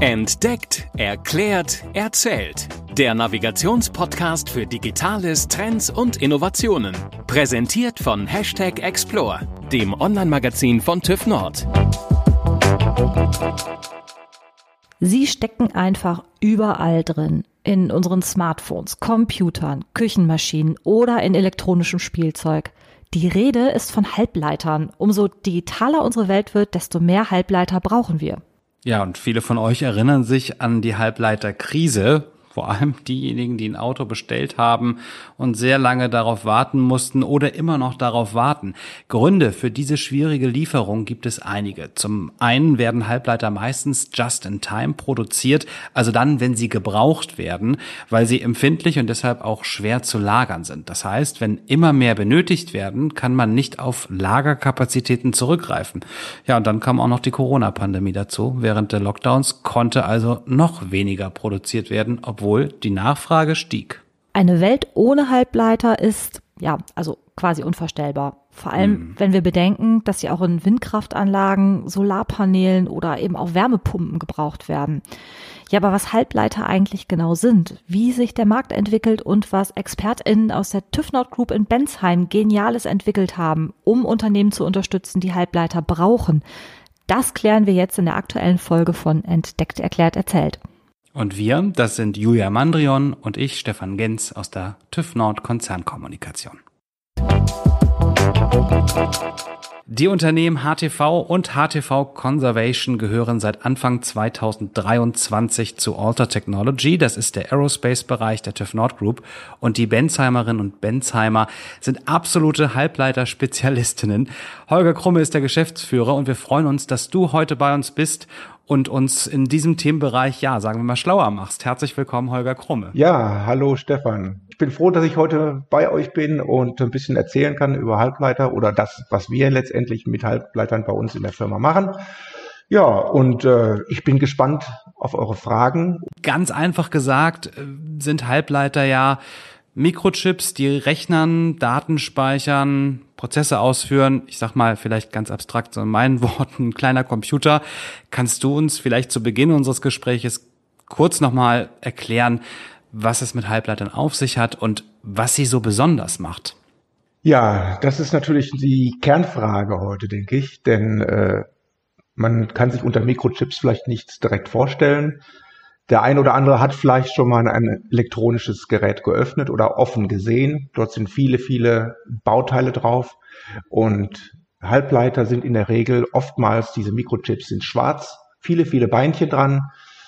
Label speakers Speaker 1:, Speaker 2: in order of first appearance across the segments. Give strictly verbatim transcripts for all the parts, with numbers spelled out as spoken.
Speaker 1: Entdeckt, erklärt, erzählt. Der Navigationspodcast für Digitales, Trends und Innovationen. Präsentiert von Hashtag Explore, dem Online-Magazin von TÜV Nord.
Speaker 2: Sie stecken einfach überall drin. In unseren Smartphones, Computern, Küchenmaschinen oder in elektronischem Spielzeug. Die Rede ist von Halbleitern. Umso digitaler unsere Welt wird, desto mehr Halbleiter brauchen wir.
Speaker 3: Ja, und viele von euch erinnern sich an die Halbleiterkrise. Vor allem diejenigen, die ein Auto bestellt haben und sehr lange darauf warten mussten oder immer noch darauf warten. Gründe für diese schwierige Lieferung gibt es einige. Zum einen werden Halbleiter meistens just in time produziert, also dann, wenn sie gebraucht werden, weil sie empfindlich und deshalb auch schwer zu lagern sind. Das heißt, wenn immer mehr benötigt werden, kann man nicht auf Lagerkapazitäten zurückgreifen. Ja, und dann kam auch noch die Corona-Pandemie dazu. Während der Lockdowns konnte also noch weniger produziert werden, obwohl Obwohl die Nachfrage stieg.
Speaker 2: Eine Welt ohne Halbleiter ist, ja, also quasi unvorstellbar. Vor allem, mhm. wenn wir bedenken, dass sie auch in Windkraftanlagen, Solarpanelen oder eben auch Wärmepumpen gebraucht werden. Ja, aber was Halbleiter eigentlich genau sind, wie sich der Markt entwickelt und was ExpertInnen aus der TÜV Nord Group in Bensheim Geniales entwickelt haben, um Unternehmen zu unterstützen, die Halbleiter brauchen, das klären wir jetzt in der aktuellen Folge von Entdeckt, erklärt, erzählt.
Speaker 3: Und wir, das sind Julia Mandrion und ich, Stefan Genz aus der TÜV Nord Konzernkommunikation. Die Unternehmen H T V und H T V Conservation gehören seit Anfang zweitausenddreiundzwanzig zu Alter Technology. Das ist der Aerospace-Bereich der TÜV Nord Group. Und die Bensheimerinnen und Bensheimer sind absolute Halbleiter-Spezialistinnen. Holger Krumme ist der Geschäftsführer und wir freuen uns, dass du heute bei uns bist und uns in diesem Themenbereich, ja, sagen wir mal, schlauer machst. Herzlich willkommen, Holger Krumme.
Speaker 4: Ja, hallo Stefan. Ich bin froh, dass ich heute bei euch bin und ein bisschen erzählen kann über Halbleiter oder das, was wir letztendlich mit Halbleitern bei uns in der Firma machen. Ja, und äh, ich bin gespannt auf eure Fragen.
Speaker 3: Ganz einfach gesagt sind Halbleiter ja Mikrochips, die Rechnern, Daten speichern, Prozesse ausführen. Ich sag mal vielleicht ganz abstrakt so in meinen Worten, ein kleiner Computer. Kannst du uns vielleicht zu Beginn unseres Gespräches kurz nochmal erklären, was es mit Halbleitern auf sich hat und was sie so besonders macht?
Speaker 4: Ja, das ist natürlich die Kernfrage heute, denke ich, denn äh, man kann sich unter Mikrochips vielleicht nichts direkt vorstellen. Der ein oder andere hat vielleicht schon mal ein elektronisches Gerät geöffnet oder offen gesehen. Dort sind viele, viele Bauteile drauf und Halbleiter sind in der Regel oftmals, diese Mikrochips sind schwarz, viele, viele Beinchen dran.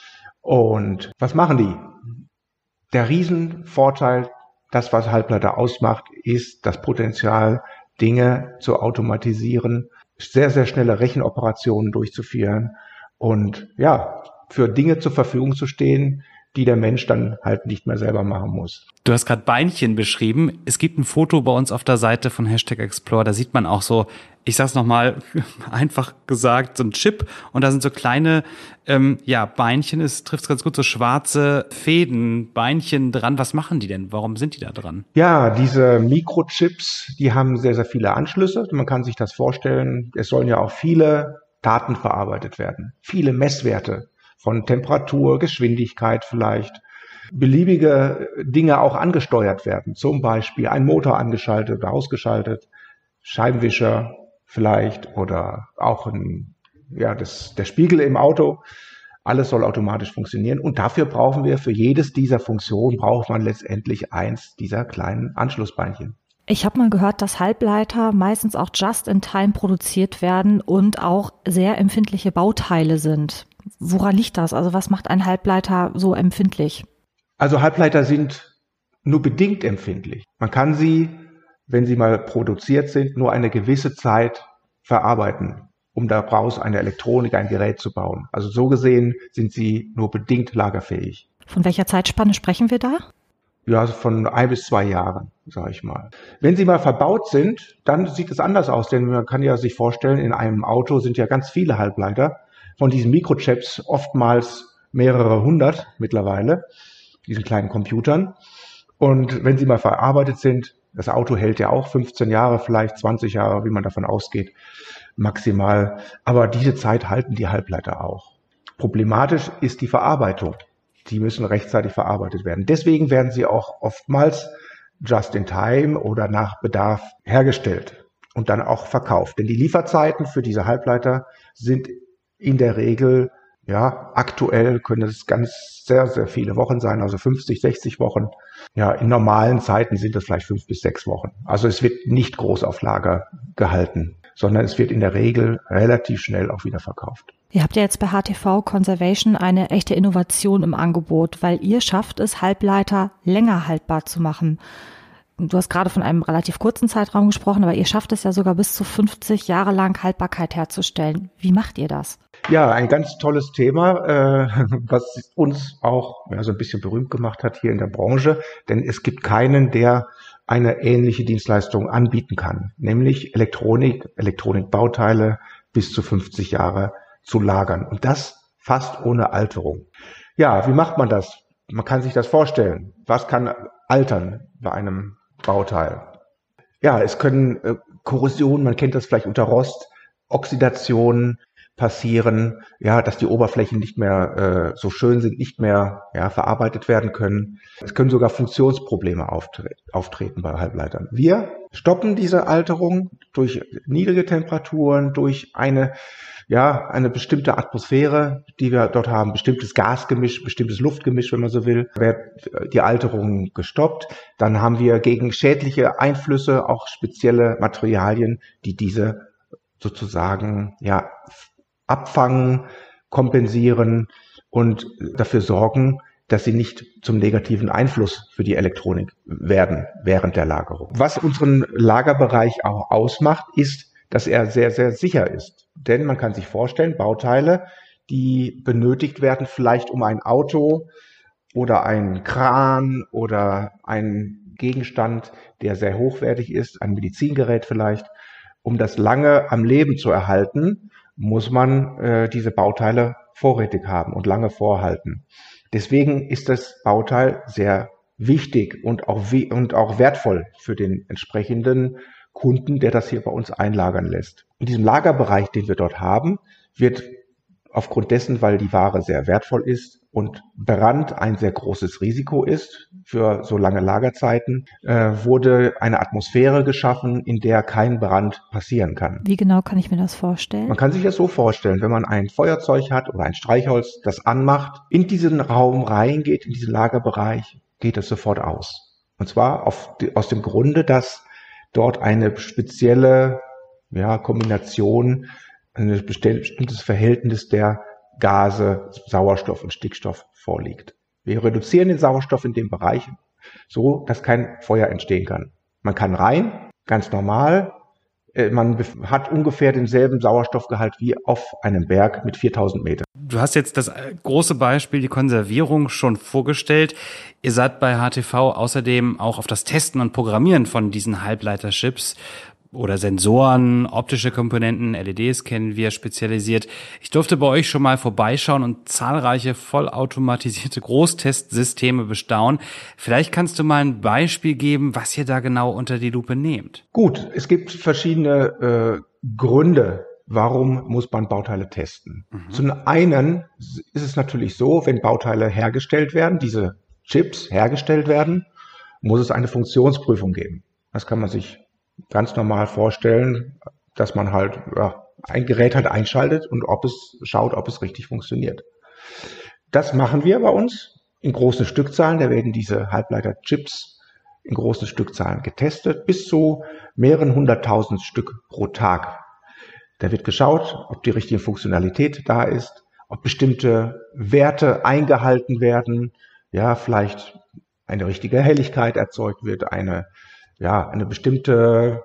Speaker 4: Und was machen die? Der Riesenvorteil, das, was Halbleiter ausmacht, ist das Potenzial, Dinge zu automatisieren, sehr, sehr schnelle Rechenoperationen durchzuführen und ja, für Dinge zur Verfügung zu stehen, die der Mensch dann halt nicht mehr selber machen muss.
Speaker 3: Du hast gerade Beinchen beschrieben. Es gibt ein Foto bei uns auf der Seite von Hashtag Explore, da sieht man auch so, ich sag's nochmal einfach gesagt, so ein Chip und da sind so kleine, ähm, ja, Beinchen, es trifft ganz gut, so schwarze Fäden, Beinchen dran. Was machen die denn? Warum sind die da dran?
Speaker 4: Ja, diese Mikrochips, die haben sehr, sehr viele Anschlüsse. Man kann sich das vorstellen, es sollen ja auch viele Daten verarbeitet werden, viele Messwerte von Temperatur, Geschwindigkeit vielleicht, beliebige Dinge auch angesteuert werden, zum Beispiel ein Motor angeschaltet oder ausgeschaltet, Scheibenwischer vielleicht oder auch ein, ja, das, der Spiegel im Auto. Alles soll automatisch funktionieren und dafür brauchen wir, für jedes dieser Funktionen braucht man letztendlich eins dieser kleinen Anschlussbeinchen.
Speaker 2: Ich habe mal gehört, dass Halbleiter meistens auch just in time produziert werden und auch sehr empfindliche Bauteile sind. Woran liegt das? Also was macht ein Halbleiter so empfindlich?
Speaker 4: Also Halbleiter sind nur bedingt empfindlich. Man kann sie, wenn sie mal produziert sind, nur eine gewisse Zeit verarbeiten, um daraus eine Elektronik, ein Gerät zu bauen. Also so gesehen sind sie nur bedingt lagerfähig.
Speaker 2: Von welcher Zeitspanne sprechen wir da?
Speaker 4: Ja, also von ein bis zwei Jahren, sage ich mal. Wenn sie mal verbaut sind, dann sieht es anders aus, denn man kann ja sich vorstellen, in einem Auto sind ja ganz viele Halbleiter. Von diesen Mikrochips oftmals mehrere hundert mittlerweile, diesen kleinen Computern. Und wenn sie mal verarbeitet sind, das Auto hält ja auch fünfzehn Jahre, vielleicht zwanzig Jahre, wie man davon ausgeht, maximal. Aber diese Zeit halten die Halbleiter auch. Problematisch ist die Verarbeitung. Die müssen rechtzeitig verarbeitet werden. Deswegen werden sie auch oftmals just in time oder nach Bedarf hergestellt und dann auch verkauft. Denn die Lieferzeiten für diese Halbleiter sind in der Regel, ja, aktuell können es ganz sehr, sehr viele Wochen sein, also fünfzig, sechzig Wochen. Ja, in normalen Zeiten sind es vielleicht fünf bis sechs Wochen. Also es wird nicht groß auf Lager gehalten, sondern es wird in der Regel relativ schnell auch wieder verkauft.
Speaker 2: Ihr habt ja jetzt bei H T V Conservation eine echte Innovation im Angebot, weil ihr schafft es, Halbleiter länger haltbar zu machen. Du hast gerade von einem relativ kurzen Zeitraum gesprochen, aber ihr schafft es ja sogar bis zu fünfzig Jahre lang Haltbarkeit herzustellen. Wie macht ihr das?
Speaker 4: Ja, ein ganz tolles Thema, äh, was uns auch ja, so ein bisschen berühmt gemacht hat hier in der Branche, denn es gibt keinen, der eine ähnliche Dienstleistung anbieten kann, nämlich Elektronik, Elektronikbauteile bis zu fünfzig Jahre zu lagern und das fast ohne Alterung. Ja, wie macht man das? Man kann sich das vorstellen. Was kann altern bei einem Bauteil? Ja, es können äh, Korrosion, man kennt das vielleicht unter Rost, Oxidation passieren, ja, dass die Oberflächen nicht mehr äh, so schön sind, nicht mehr ja, verarbeitet werden können. Es können sogar Funktionsprobleme auftre- auftreten bei Halbleitern. Wir stoppen diese Alterung durch niedrige Temperaturen, durch eine ja eine bestimmte Atmosphäre, die wir dort haben, bestimmtes Gasgemisch, bestimmtes Luftgemisch, wenn man so will, wird die Alterung gestoppt. Dann haben wir gegen schädliche Einflüsse auch spezielle Materialien, die diese sozusagen ja abfangen, kompensieren und dafür sorgen, dass sie nicht zum negativen Einfluss für die Elektronik werden während der Lagerung. Was unseren Lagerbereich auch ausmacht, ist, dass er sehr, sehr sicher ist. Denn man kann sich vorstellen, Bauteile, die benötigt werden, vielleicht um ein Auto oder ein Kran oder ein Gegenstand, der sehr hochwertig ist, ein Medizingerät vielleicht, um das lange am Leben zu erhalten, muss man äh, diese Bauteile vorrätig haben und lange vorhalten. Deswegen ist das Bauteil sehr wichtig und auch, we- und auch wertvoll für den entsprechenden Kunden, der das hier bei uns einlagern lässt. In diesem Lagerbereich, den wir dort haben, wird aufgrund dessen, weil die Ware sehr wertvoll ist und Brand ein sehr großes Risiko ist für so lange Lagerzeiten, äh, wurde eine Atmosphäre geschaffen, in der kein Brand passieren kann.
Speaker 2: Wie genau kann ich mir das vorstellen?
Speaker 4: Man kann sich das so vorstellen, wenn man ein Feuerzeug hat oder ein Streichholz, das anmacht, in diesen Raum reingeht, in diesen Lagerbereich, geht es sofort aus. Und zwar auf die, aus dem Grunde, dass dort eine spezielle ja, Kombination, ein bestimmtes Verhältnis der Gase, Sauerstoff und Stickstoff vorliegt. Wir reduzieren den Sauerstoff in dem Bereich so, dass kein Feuer entstehen kann. Man kann rein, ganz normal. Man hat ungefähr denselben Sauerstoffgehalt wie auf einem Berg mit viertausend Metern.
Speaker 3: Du hast jetzt das große Beispiel, die Konservierung, schon vorgestellt. Ihr seid bei H T V außerdem auch auf das Testen und Programmieren von diesen Halbleiterchips oder Sensoren, optische Komponenten, L E Ds kennen wir, spezialisiert. Ich durfte bei euch schon mal vorbeischauen und zahlreiche vollautomatisierte Großtestsysteme bestaunen. Vielleicht kannst du mal ein Beispiel geben, was ihr da genau unter die Lupe nehmt.
Speaker 4: Gut, es gibt verschiedene äh, Gründe, warum muss man Bauteile testen. Mhm. Zum einen ist es natürlich so, wenn Bauteile hergestellt werden, diese Chips hergestellt werden, muss es eine Funktionsprüfung geben. Das kann man sich ganz normal vorstellen, dass man halt ja, ein Gerät halt einschaltet und ob es schaut, ob es richtig funktioniert. Das machen wir bei uns in großen Stückzahlen. Da werden diese Halbleiterchips in großen Stückzahlen getestet, bis zu mehreren hunderttausend Stück pro Tag. Da wird geschaut, ob die richtige Funktionalität da ist, ob bestimmte Werte eingehalten werden, ja, vielleicht eine richtige Helligkeit erzeugt wird, eine ja, eine bestimmte,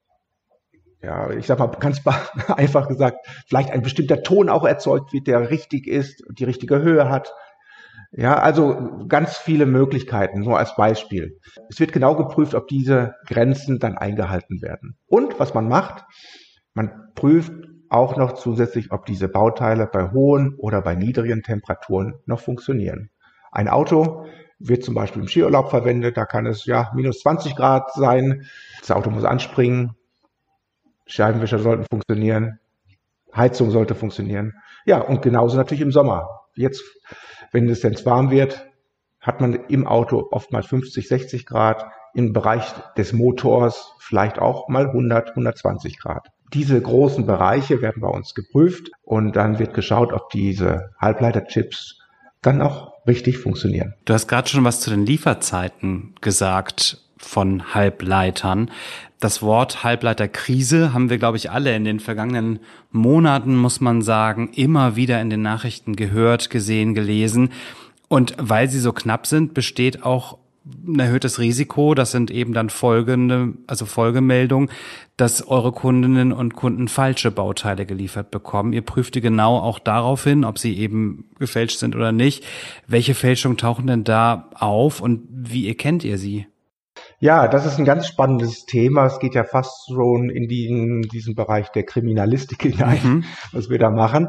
Speaker 4: ja, ich sag mal ganz einfach gesagt, vielleicht ein bestimmter Ton auch erzeugt wird, der richtig ist, die richtige Höhe hat. Ja, also ganz viele Möglichkeiten, nur als Beispiel. Es wird genau geprüft, ob diese Grenzen dann eingehalten werden. Und was man macht, man prüft auch noch zusätzlich, ob diese Bauteile bei hohen oder bei niedrigen Temperaturen noch funktionieren. Ein Auto wird zum Beispiel im Skiurlaub verwendet, da kann es ja minus zwanzig Grad sein, das Auto muss anspringen, Scheibenwischer sollten funktionieren, Heizung sollte funktionieren. Ja, und genauso natürlich im Sommer. Jetzt, wenn es jetzt warm wird, hat man im Auto oftmals fünfzig, sechzig Grad, im Bereich des Motors vielleicht auch mal hundert, hundertzwanzig Grad. Diese großen Bereiche werden bei uns geprüft und dann wird geschaut, ob diese Halbleiterchips dann auch richtig funktionieren.
Speaker 3: Du hast gerade schon was zu den Lieferzeiten gesagt von Halbleitern. Das Wort Halbleiterkrise haben wir, glaube ich, alle in den vergangenen Monaten, muss man sagen, immer wieder in den Nachrichten gehört, gesehen, gelesen. Und weil sie so knapp sind, besteht auch ein erhöhtes Risiko, das sind eben dann folgende, also Folgemeldungen, dass eure Kundinnen und Kunden falsche Bauteile geliefert bekommen. Ihr prüft die genau auch darauf hin, ob sie eben gefälscht sind oder nicht. Welche Fälschungen tauchen denn da auf und wie erkennt ihr sie?
Speaker 4: Ja, das ist ein ganz spannendes Thema. Es geht ja fast schon in diesen, diesen Bereich der Kriminalistik hinein, mhm. was wir da machen,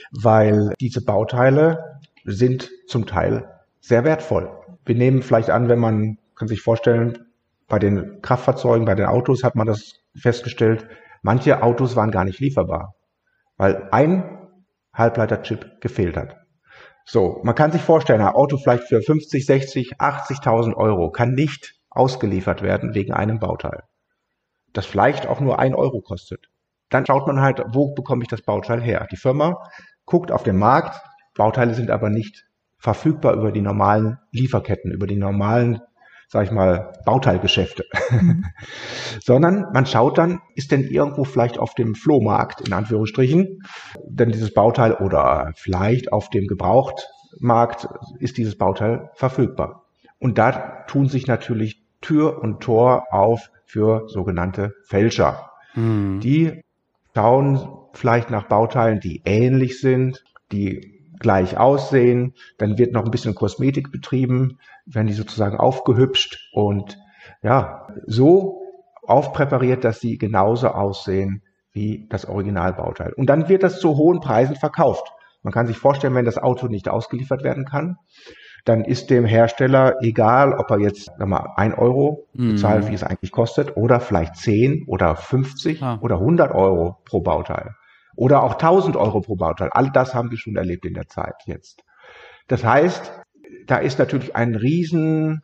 Speaker 4: weil diese Bauteile sind zum Teil sehr wertvoll. Wir nehmen vielleicht an, wenn man, kann sich vorstellen, bei den Kraftfahrzeugen, bei den Autos hat man das festgestellt, manche Autos waren gar nicht lieferbar, weil ein Halbleiterchip gefehlt hat. So, man kann sich vorstellen, ein Auto vielleicht für fünfzig, sechzig, achtzigtausend Euro kann nicht ausgeliefert werden wegen einem Bauteil, das vielleicht auch nur ein Euro kostet. Dann schaut man halt, wo bekomme ich das Bauteil her? Die Firma guckt auf den Markt, Bauteile sind aber nicht verfügbar über die normalen Lieferketten, über die normalen, sag ich mal, Bauteilgeschäfte. Mhm. Sondern man schaut dann, ist denn irgendwo vielleicht auf dem Flohmarkt, in Anführungsstrichen, denn dieses Bauteil oder vielleicht auf dem Gebrauchtmarkt ist dieses Bauteil verfügbar. Und da tun sich natürlich Tür und Tor auf für sogenannte Fälscher. Mhm. Die schauen vielleicht nach Bauteilen, die ähnlich sind, die gleich aussehen, dann wird noch ein bisschen Kosmetik betrieben, werden die sozusagen aufgehübscht und ja, so aufpräpariert, dass sie genauso aussehen wie das Originalbauteil. Und dann wird das zu hohen Preisen verkauft. Man kann sich vorstellen, wenn das Auto nicht ausgeliefert werden kann, dann ist dem Hersteller egal, ob er jetzt sag mal, ein Euro bezahlt, mm. wie es eigentlich kostet, oder vielleicht zehn oder fünfzig ah. oder hundert Euro pro Bauteil. Oder auch tausend Euro pro Bauteil. All das haben wir schon erlebt in der Zeit jetzt. Das heißt, da ist natürlich ein Riesengewinn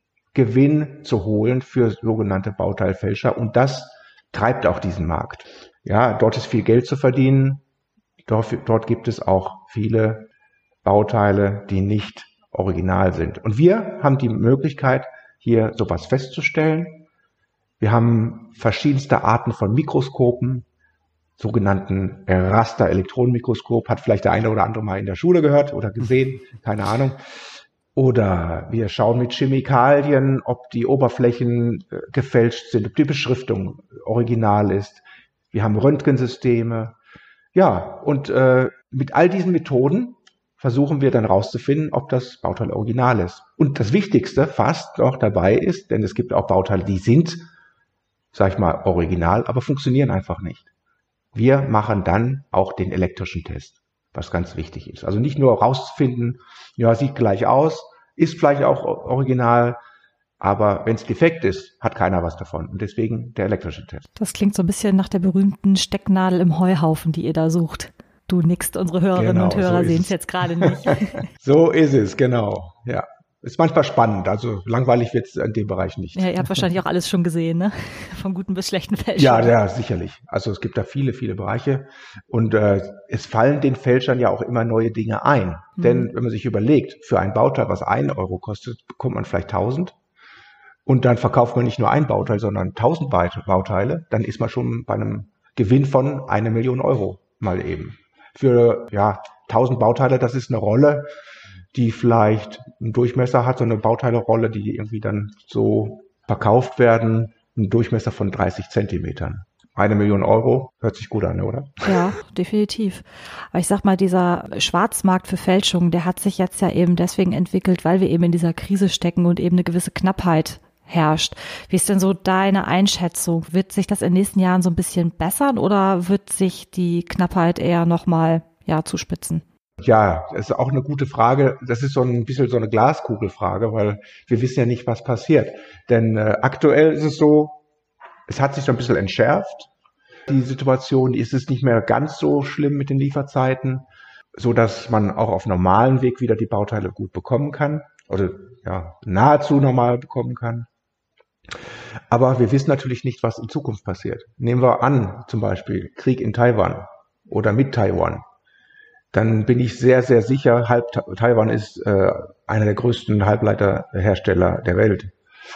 Speaker 4: zu holen für sogenannte Bauteilfälscher. Und das treibt auch diesen Markt. Ja, dort ist viel Geld zu verdienen. Dort, dort gibt es auch viele Bauteile, die nicht original sind. Und wir haben die Möglichkeit, hier sowas festzustellen. Wir haben verschiedenste Arten von Mikroskopen, sogenannten Raster-Elektronenmikroskop, hat vielleicht der eine oder andere mal in der Schule gehört oder gesehen, keine Ahnung. Oder wir schauen mit Chemikalien, ob die Oberflächen äh, gefälscht sind, ob die Beschriftung original ist. Wir haben Röntgensysteme. Ja, und äh, mit all diesen Methoden versuchen wir dann rauszufinden, ob das Bauteil original ist. Und das Wichtigste fast noch dabei ist, denn es gibt auch Bauteile, die sind, sag ich mal, original, aber funktionieren einfach nicht. Wir machen dann auch den elektrischen Test, was ganz wichtig ist. Also nicht nur rauszufinden, ja, sieht gleich aus, ist vielleicht auch original, aber wenn es defekt ist, hat keiner was davon. Und deswegen der elektrische Test.
Speaker 2: Das klingt so ein bisschen nach der berühmten Stecknadel im Heuhaufen, die ihr da sucht. Du nickst, unsere Hörerinnen genau, und Hörer so sehen es jetzt gerade nicht.
Speaker 4: So ist es, genau, ja. Ist manchmal spannend, also langweilig wird es in dem Bereich nicht.
Speaker 2: Ja, ihr habt wahrscheinlich auch alles schon gesehen, ne? Von guten bis schlechten Fälschern.
Speaker 4: Ja, ja, sicherlich. Also es gibt da viele, viele Bereiche und äh, es fallen den Fälschern ja auch immer neue Dinge ein. Mhm. Denn wenn man sich überlegt, für ein Bauteil, was ein Euro kostet, bekommt man vielleicht tausend und dann verkauft man nicht nur ein Bauteil, sondern tausend Bauteile, dann ist man schon bei einem Gewinn von eine Million Euro mal eben. Für ja tausend Bauteile, das ist eine Rolle, die vielleicht einen Durchmesser hat, so eine Bauteilerolle, die irgendwie dann so verkauft werden, einen Durchmesser von dreißig Zentimetern. Eine Million Euro, hört sich gut an, oder?
Speaker 2: Ja, definitiv. Aber ich sag mal, dieser Schwarzmarkt für Fälschungen, der hat sich jetzt ja eben deswegen entwickelt, weil wir eben in dieser Krise stecken und eben eine gewisse Knappheit herrscht. Wie ist denn so deine Einschätzung? Wird sich das in den nächsten Jahren so ein bisschen bessern oder wird sich die Knappheit eher nochmal ja, zuspitzen?
Speaker 4: Ja, das ist auch eine gute Frage. Das ist so ein bisschen so eine Glaskugelfrage, weil wir wissen ja nicht, was passiert. Denn äh, aktuell ist es so, es hat sich so ein bisschen entschärft. Die Situation, ist es nicht mehr ganz so schlimm mit den Lieferzeiten. so dass man auch auf normalem Weg wieder die Bauteile gut bekommen kann oder ja, nahezu normal bekommen kann. Aber wir wissen natürlich nicht, was in Zukunft passiert. Nehmen wir an, zum Beispiel Krieg in Taiwan oder mit Taiwan. Dann bin ich sehr, sehr sicher, halb, Taiwan ist äh, einer der größten Halbleiterhersteller der Welt.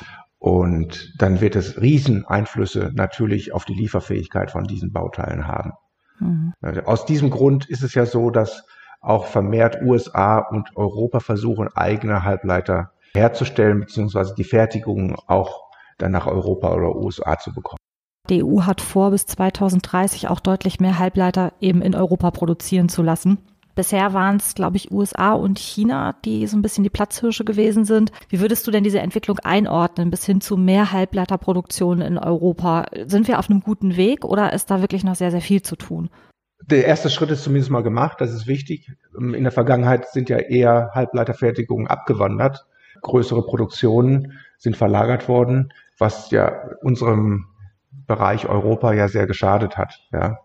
Speaker 4: Und dann wird es Rieseneinflüsse natürlich auf die Lieferfähigkeit von diesen Bauteilen haben. Mhm. Aus diesem Grund ist es ja so, dass auch vermehrt U S A und Europa versuchen, eigene Halbleiter herzustellen, beziehungsweise die Fertigung auch dann nach Europa oder U S A zu bekommen.
Speaker 2: Die E U hat vor, bis zweitausenddreißig auch deutlich mehr Halbleiter eben in Europa produzieren zu lassen. Bisher waren es, glaube ich, U S A und China, die so ein bisschen die Platzhirsche gewesen sind. Wie würdest du denn diese Entwicklung einordnen bis hin zu mehr Halbleiterproduktion in Europa? Sind wir auf einem guten Weg oder ist da wirklich noch sehr, sehr viel zu tun?
Speaker 4: Der erste Schritt ist zumindest mal gemacht, das ist wichtig. In der Vergangenheit sind ja eher Halbleiterfertigungen abgewandert. Größere Produktionen sind verlagert worden, was ja unserem Bereich Europa ja sehr geschadet hat. Ja.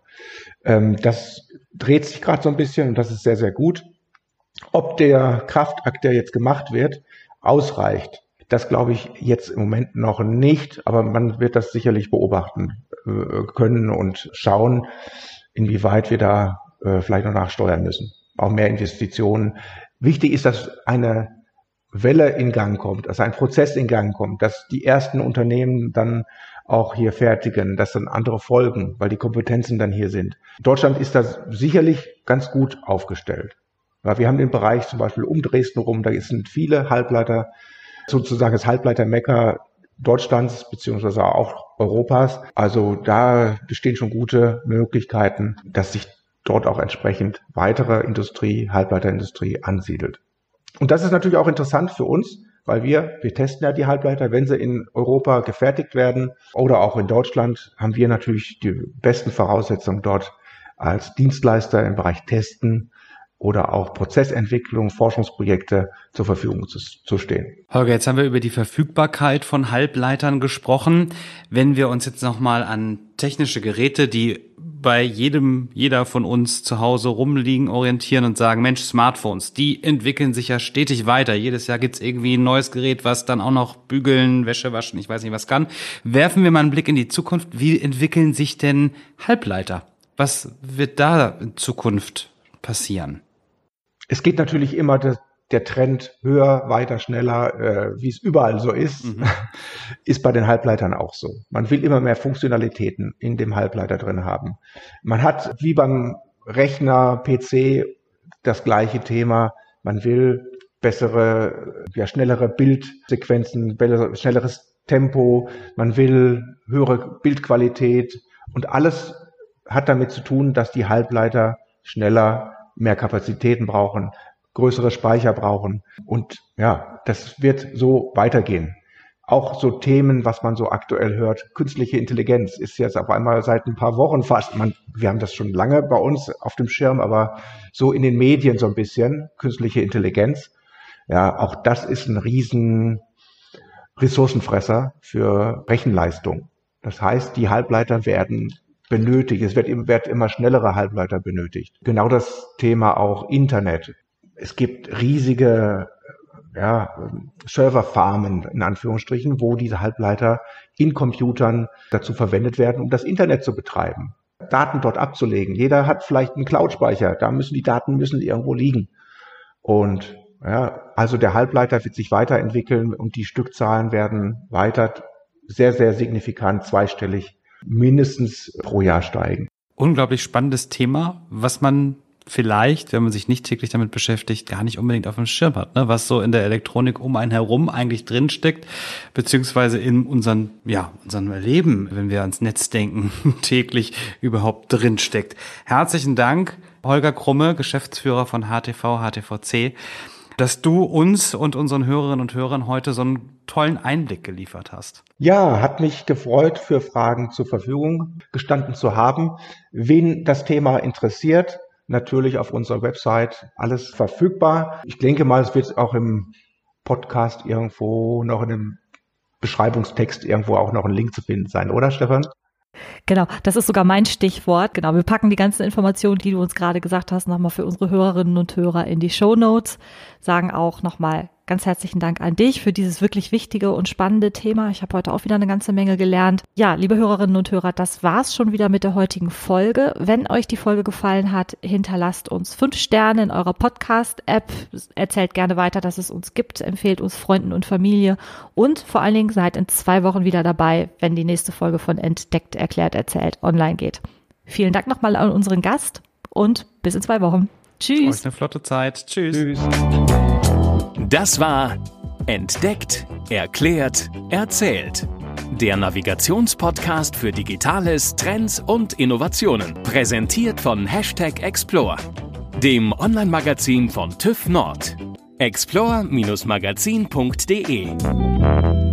Speaker 4: Das dreht sich gerade so ein bisschen und das ist sehr, sehr gut. Ob der Kraftakt, der jetzt gemacht wird, ausreicht, das glaube ich jetzt im Moment noch nicht, aber man wird das sicherlich beobachten können und schauen, inwieweit wir da vielleicht noch nachsteuern müssen. Auch mehr Investitionen. Wichtig ist, dass eine Welle in Gang kommt, dass ein Prozess in Gang kommt, dass die ersten Unternehmen dann auch hier fertigen, dass dann andere folgen, weil die Kompetenzen dann hier sind. Deutschland ist da sicherlich ganz gut aufgestellt. Ja, wir haben den Bereich zum Beispiel um Dresden rum, da sind viele Halbleiter, sozusagen das Halbleiter-Mekka Deutschlands beziehungsweise auch Europas. Also da bestehen schon gute Möglichkeiten, dass sich dort auch entsprechend weitere Industrie, Halbleiterindustrie ansiedelt. Und das ist natürlich auch interessant für uns, weil wir, wir testen ja die Halbleiter, wenn sie in Europa gefertigt werden oder auch in Deutschland, haben wir natürlich die besten Voraussetzungen dort als Dienstleister im Bereich Testen oder auch Prozessentwicklung, Forschungsprojekte zur Verfügung zu, zu stehen.
Speaker 3: Holger, jetzt haben wir über die Verfügbarkeit von Halbleitern gesprochen. Wenn wir uns jetzt nochmal an technische Geräte, die bei jedem, jeder von uns zu Hause rumliegen, orientieren und sagen, Mensch, Smartphones, die entwickeln sich ja stetig weiter. Jedes Jahr gibt's irgendwie ein neues Gerät, was dann auch noch bügeln, Wäsche waschen, ich weiß nicht was kann. Werfen wir mal einen Blick in die Zukunft. Wie entwickeln sich denn Halbleiter? Was wird da in Zukunft passieren?
Speaker 4: Es geht natürlich immer der, der Trend höher, weiter, schneller, äh, wie es überall so ist, mhm. ist bei den Halbleitern auch so. Man will immer mehr Funktionalitäten in dem Halbleiter drin haben. Man hat wie beim Rechner, P C das gleiche Thema. Man will bessere, ja, schnellere Bildsequenzen, schnelleres Tempo. Man will höhere Bildqualität und alles hat damit zu tun, dass die Halbleiter schneller mehr Kapazitäten brauchen, größere Speicher brauchen. Und ja, das wird so weitergehen. Auch so Themen, was man so aktuell hört, künstliche Intelligenz ist jetzt auf einmal seit ein paar Wochen fast, man, wir haben das schon lange bei uns auf dem Schirm, aber so in den Medien so ein bisschen, künstliche Intelligenz. Ja, auch das ist ein riesen Ressourcenfresser für Rechenleistung. Das heißt, die Halbleiter werden benötigt. Es wird, wird immer schnellere Halbleiter benötigt. Genau das Thema auch Internet. Es gibt riesige ja, Serverfarmen, in Anführungsstrichen, wo diese Halbleiter in Computern dazu verwendet werden, um das Internet zu betreiben, Daten dort abzulegen. Jeder hat vielleicht einen Cloud-Speicher. Da müssen die Daten müssen irgendwo liegen. Und ja, also der Halbleiter wird sich weiterentwickeln und die Stückzahlen werden weiter sehr, sehr signifikant zweistellig mindestens pro Jahr steigen.
Speaker 3: Unglaublich spannendes Thema, was man vielleicht, wenn man sich nicht täglich damit beschäftigt, gar nicht unbedingt auf dem Schirm hat, ne? Was so in der Elektronik um einen herum eigentlich drinsteckt, beziehungsweise in unseren, ja, unserem Leben, wenn wir ans Netz denken, täglich überhaupt drinsteckt. Herzlichen Dank, Holger Krumme, Geschäftsführer von H T V, H T V C, dass du uns und unseren Hörerinnen und Hörern heute so einen tollen Einblick geliefert hast.
Speaker 4: Ja, hat mich gefreut, für Fragen zur Verfügung gestanden zu haben. Wen das Thema interessiert, natürlich auf unserer Website alles verfügbar. Ich denke mal, es wird auch im Podcast irgendwo noch in einem Beschreibungstext irgendwo auch noch ein Link zu finden sein, oder Stefan?
Speaker 2: Genau, das ist sogar mein Stichwort. Genau, wir packen die ganzen Informationen, die du uns gerade gesagt hast, nochmal für unsere Hörerinnen und Hörer in die Shownotes. Sagen auch nochmal ganz herzlichen Dank an dich für dieses wirklich wichtige und spannende Thema. Ich habe heute auch wieder eine ganze Menge gelernt. Ja, liebe Hörerinnen und Hörer, das war's schon wieder mit der heutigen Folge. Wenn euch die Folge gefallen hat, hinterlasst uns fünf Sterne in eurer Podcast-App. Erzählt gerne weiter, dass es uns gibt. Empfehlt uns Freunden und Familie. Und vor allen Dingen seid in zwei Wochen wieder dabei, wenn die nächste Folge von Entdeckt, Erklärt, Erzählt online geht. Vielen Dank nochmal an unseren Gast und bis in zwei Wochen. Tschüss.
Speaker 3: Euch eine flotte Zeit. Tschüss.
Speaker 4: Tschüss.
Speaker 1: Das war Entdeckt, Erklärt, Erzählt. Der Navigationspodcast für Digitales, Trends und Innovationen. Präsentiert von Hashtag Explore, dem Online-Magazin von TÜV Nord. explore Bindestrich magazin punkt de